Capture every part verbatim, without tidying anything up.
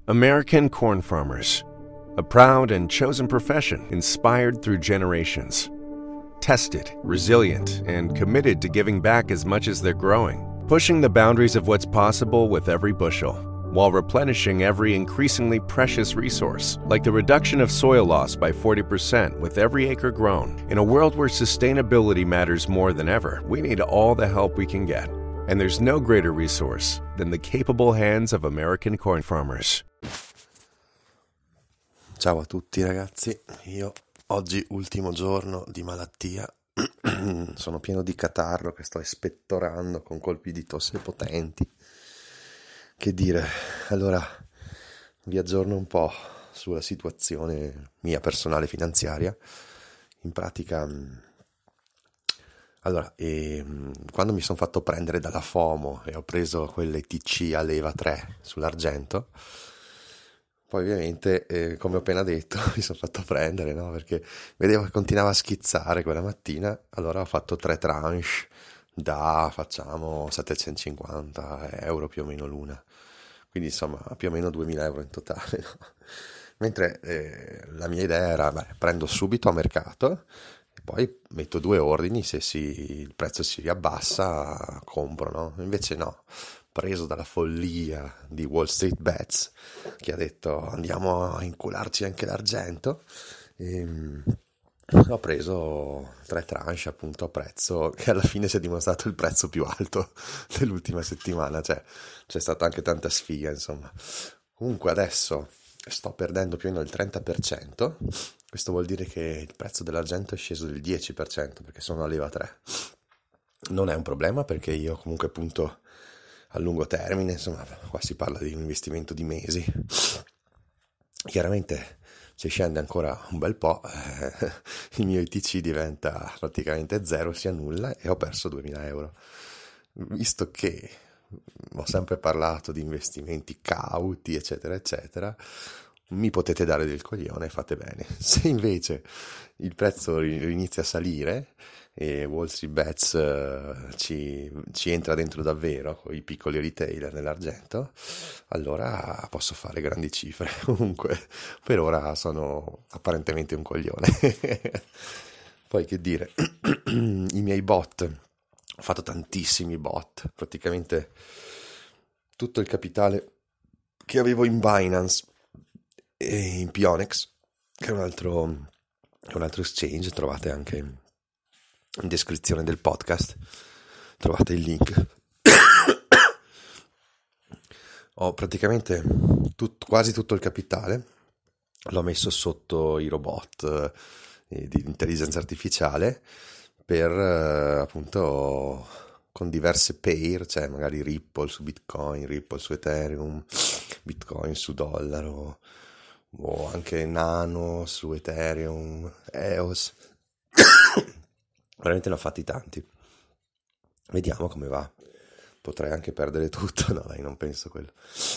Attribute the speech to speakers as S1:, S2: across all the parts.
S1: American corn farmers, a proud and chosen profession inspired through generations. Tested, resilient, and committed to giving back as much as they're growing, pushing the boundaries of what's possible with every bushel, while replenishing every increasingly precious resource, like the reduction of soil loss by forty percent with every acre grown. In a world where sustainability matters more than ever, we need all the help we can get. And there's no greater resource than the capable hands of American corn farmers.
S2: Ciao a tutti ragazzi, io oggi ultimo giorno di malattia, sono pieno di catarro che sto espettorando con colpi di tosse potenti. Che dire, allora vi aggiorno un po' sulla situazione mia personale finanziaria. In pratica, allora, e, quando mi sono fatto prendere dalla FOMO e ho preso quelle T C a leva tre sull'argento, poi ovviamente, eh, come ho appena detto, mi sono fatto prendere, no? Perché vedevo che continuava a schizzare quella mattina, allora ho fatto tre tranche da, facciamo, settecentocinquanta euro più o meno l'una. Quindi insomma più o meno duemila euro in totale, no? Mentre eh, la mia idea era, beh, prendo subito a mercato e poi metto due ordini, se si, il prezzo si riabbassa compro, no? Invece no, preso dalla follia di Wall Street Bets che ha detto andiamo a incularci anche l'argento, e ho preso tre tranche appunto a prezzo che alla fine si è dimostrato il prezzo più alto dell'ultima settimana, cioè c'è stata anche tanta sfiga, insomma. Comunque adesso sto perdendo più o meno il trenta per cento, questo vuol dire che il prezzo dell'argento è sceso del dieci per cento perché sono a leva tre. Non è un problema perché io comunque punto a lungo termine, insomma qua si parla di un investimento di mesi. Chiaramente se scende ancora un bel po', eh, il mio I T C diventa praticamente zero, si annulla e ho perso duemila euro. Visto che ho sempre parlato di investimenti cauti, eccetera, eccetera, mi potete dare del coglione, fate bene. Se invece il prezzo inizia a salire e Wall Street Bets uh, ci, ci entra dentro davvero con i piccoli retailer nell'argento, allora posso fare grandi cifre. Comunque per ora sono apparentemente un coglione. Poi che dire, i miei bot, ho fatto tantissimi bot, praticamente tutto il capitale che avevo in Binance e in Pionex, che è un altro, è un altro exchange, trovate anche in descrizione del podcast, trovate il link. Ho praticamente tut, quasi tutto il capitale, l'ho messo sotto i robot eh, di intelligenza artificiale per eh, appunto con diverse pair, cioè magari Ripple su Bitcoin, Ripple su Ethereum, Bitcoin su dollaro, o anche Nano su Ethereum, E O S. Veramente ne ho fatti tanti. Vediamo come va. Potrei anche perdere tutto, no dai, non penso quello.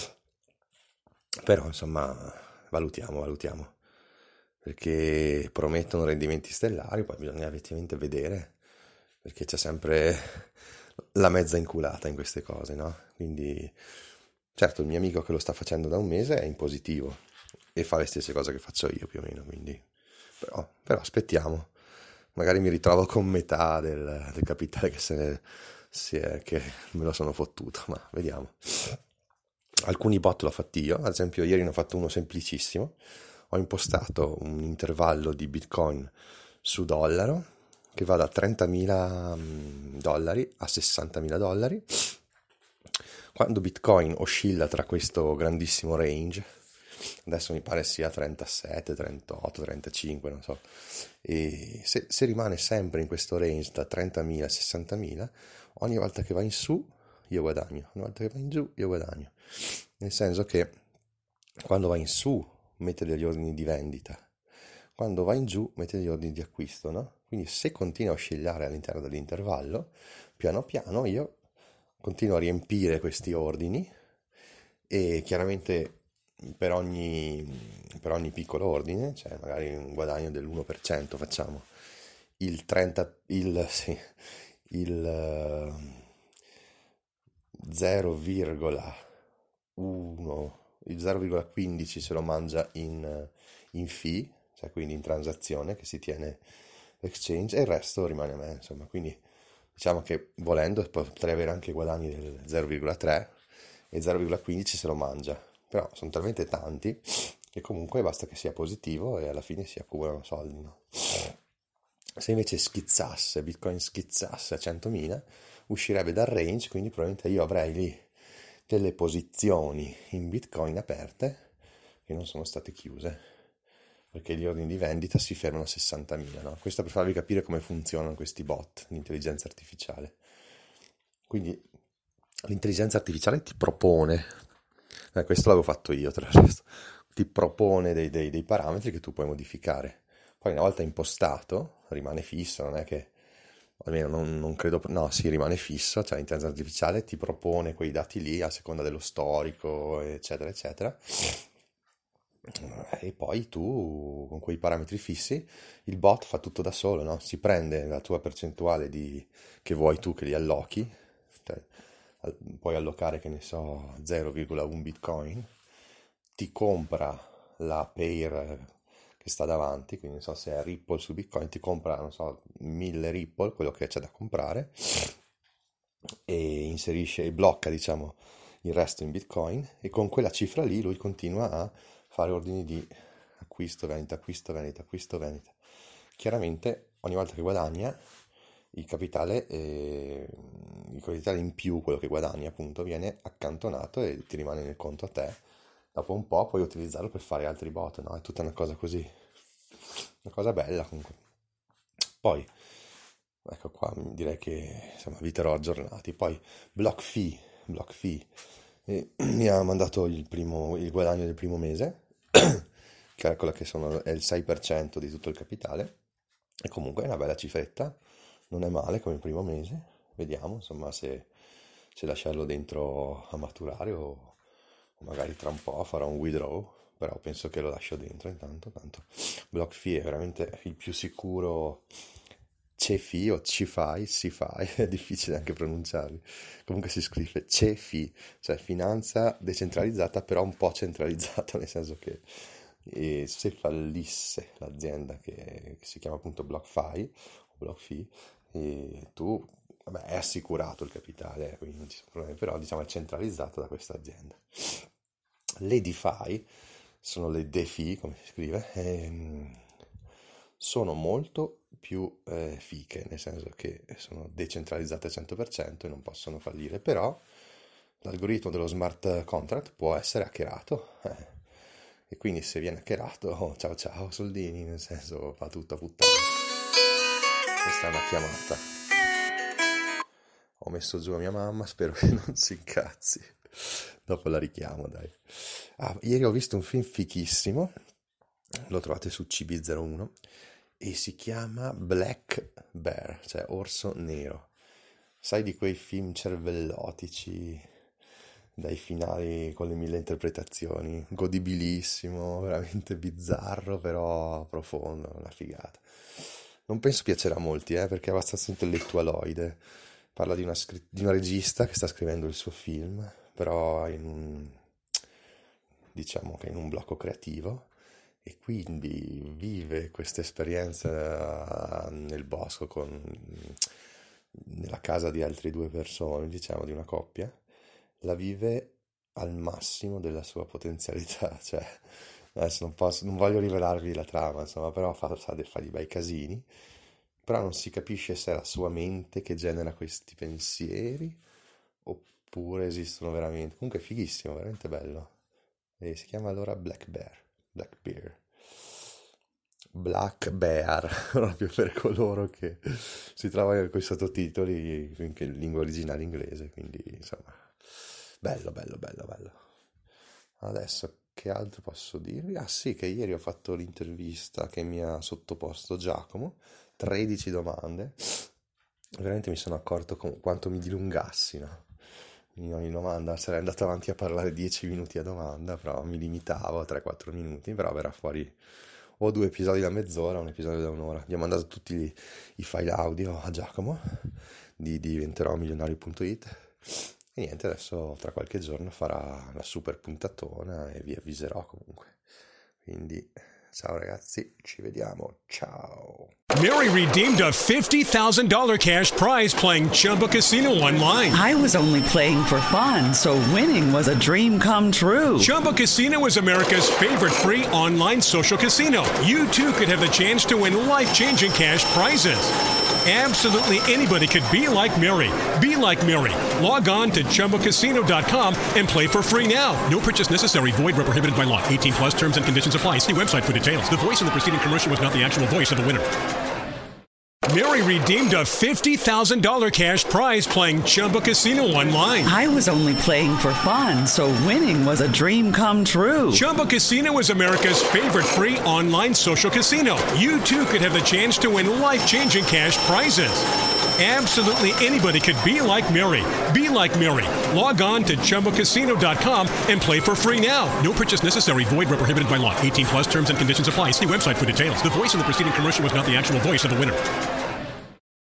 S2: Però insomma, valutiamo, valutiamo. Perché promettono rendimenti stellari, poi bisogna effettivamente vedere, perché c'è sempre la mezza inculata in queste cose, no? Quindi, certo, il mio amico che lo sta facendo da un mese è in positivo e fa le stesse cose che faccio io più o meno, quindi però, però aspettiamo. Magari mi ritrovo con metà del, del capitale che, se ne, si è, che me lo sono fottuto, ma vediamo. Alcuni bot l'ho fatti io, ad esempio ieri ne ho fatto uno semplicissimo. Ho impostato un intervallo di Bitcoin su dollaro che va da trentamila dollari a sessantamila dollari. Quando Bitcoin oscilla tra questo grandissimo range, adesso mi pare sia trentasette, trentotto, trentacinque, non so, e se, se rimane sempre in questo range da trentamila a sessantamila, ogni volta che va in su io guadagno, ogni volta che va in giù io guadagno, nel senso che quando va in su mette degli ordini di vendita, quando va in giù mette degli ordini di acquisto, no? Quindi se continua a oscillare all'interno dell'intervallo, piano piano io continuo a riempire questi ordini e chiaramente per ogni, per ogni piccolo ordine, cioè magari un guadagno dell'uno per cento, facciamo il trenta, il, sì, il zero virgola uno il zero virgola quindici se lo mangia in, in fee, cioè quindi in transazione che si tiene exchange, e il resto rimane a me, insomma. Quindi diciamo che volendo potrei avere anche guadagni del zero virgola tre e zero virgola quindici se lo mangia, però sono talmente tanti che comunque basta che sia positivo e alla fine si accumulano soldi, no? Se invece schizzasse, Bitcoin schizzasse a centomila, uscirebbe dal range, quindi probabilmente io avrei lì delle posizioni in Bitcoin aperte che non sono state chiuse, perché gli ordini di vendita si fermano a sessantamila, no? Questo per farvi capire come funzionano questi bot, l'intelligenza artificiale. Quindi l'intelligenza artificiale ti propone, eh, questo l'avevo fatto io tra l'altro, ti propone dei, dei, dei parametri che tu puoi modificare. Poi una volta impostato rimane fisso, non è che, almeno non, non credo, no, sì, rimane fisso, cioè l'intelligenza artificiale ti propone quei dati lì a seconda dello storico, eccetera, eccetera. E poi tu, con quei parametri fissi, il bot fa tutto da solo, no? Si prende la tua percentuale di, che vuoi tu che li allochi, cioè, puoi allocare, che ne so, zero virgola uno Bitcoin, ti compra la pair che sta davanti, quindi non so se è Ripple su Bitcoin, ti compra, non so, mille Ripple, quello che c'è da comprare, e inserisce e blocca, diciamo, il resto in Bitcoin, e con quella cifra lì lui continua a fare ordini di acquisto, vendita, acquisto, vendita, acquisto, vendita. Chiaramente ogni volta che guadagna il capitale, eh, il capitale in più, quello che guadagni appunto, viene accantonato e ti rimane nel conto a te. Dopo un po' puoi utilizzarlo per fare altri bot, no? È tutta una cosa così, una cosa bella comunque. Poi, ecco qua, direi che insomma vi terrò aggiornati. Poi BlockFi, BlockFi eh, mi ha mandato il, primo, il guadagno del primo mese, calcola che sono, è il sei per cento di tutto il capitale, e comunque è una bella cifretta, non è male come primo mese. Vediamo insomma se, se lasciarlo dentro a maturare o magari tra un po' farò un withdraw, però penso che lo lascio dentro intanto. Tanto BlockFi è veramente il più sicuro. CeFi o CeFi, CeFi, è difficile anche pronunciarli, comunque si scrive CeFi, cioè finanza decentralizzata però un po' centralizzata, nel senso che eh, se fallisse l'azienda che, che si chiama appunto BlockFi o BlockFi, e tu, vabbè, è assicurato il capitale, quindi non ci sono problemi, però diciamo è centralizzato da questa azienda. Le DeFi sono le DeFi, come si scrive, ehm, sono molto più eh, fiche, nel senso che sono decentralizzate al cento per cento e non possono fallire, però l'algoritmo dello smart contract può essere hackerato, eh, e quindi se viene hackerato, oh, ciao ciao soldini, nel senso fa tutto a puttana. Questa è una chiamata. Ho messo giù a mia mamma, spero che non si incazzi. Dopo la richiamo, dai. Ah, ieri ho visto un film fichissimo, lo trovate su C B zero uno, e si chiama Black Bear, cioè orso nero. Sai, di quei film cervellotici, dai finali con le mille interpretazioni, godibilissimo, veramente bizzarro, però profondo, una figata. Non penso piacerà a molti, eh, perché è abbastanza intellettualoide. Parla di una, scri- di una regista che sta scrivendo il suo film, però in un, diciamo che in un blocco creativo, e quindi vive questa esperienza nel bosco con, nella casa di altre due persone, diciamo di una coppia, la vive al massimo della sua potenzialità, cioè adesso non posso, non voglio rivelarvi la trama, insomma, però fa, fa, fa dei bei casini, però non si capisce se è la sua mente che genera questi pensieri oppure esistono veramente. Comunque è fighissimo, veramente bello. E si chiama allora Black Bear, Black Bear. Black Bear, proprio per coloro che si trovano con i sottotitoli in lingua originale inglese, quindi insomma, bello, bello, bello, bello. Adesso che altro posso dirvi? Ah sì, che ieri ho fatto l'intervista che mi ha sottoposto Giacomo, tredici domande, veramente mi sono accorto con quanto mi dilungassi, no? In ogni domanda sarei andato avanti a parlare dieci minuti a domanda, però mi limitavo a tre quattro minuti, però verrà fuori o due episodi da mezz'ora, un episodio da un'ora. Gli ho mandato tutti i, i file audio a Giacomo di diventerò milionario punto it E niente, adesso tra qualche giorno farà la super puntatona e vi avviserò comunque. Quindi ciao ragazzi, ci vediamo, ciao!
S3: Mary redeemed a fifty thousand dollars cash prize playing Chumba Casino online.
S4: I was only playing for fun, so winning was a dream come true.
S3: Chumba Casino is America's favorite free online social casino. You too could have the chance to win life-changing cash prizes. Absolutely anybody could be like Mary. Be like Mary. Log on to Chumba Casino dot com and play for free now. No purchase necessary. Void where prohibited by law. eighteen plus terms and conditions apply. See website for details. The voice in the preceding commercial was not the actual voice of the winner. Mary redeemed a fifty thousand dollars cash prize playing Chumba Casino online.
S4: I was only playing for fun, so winning was a dream come true.
S3: Chumba Casino is America's favorite free online social casino. You too could have the chance to win life-changing cash prizes. Absolutely anybody could be like Mary. Be like Mary. Log on to Chumba Casino dot com and play for free now. No purchase necessary. Void where prohibited by law. eighteen plus terms and conditions apply. See website for details. The voice in the preceding commercial was not the actual voice of the winner.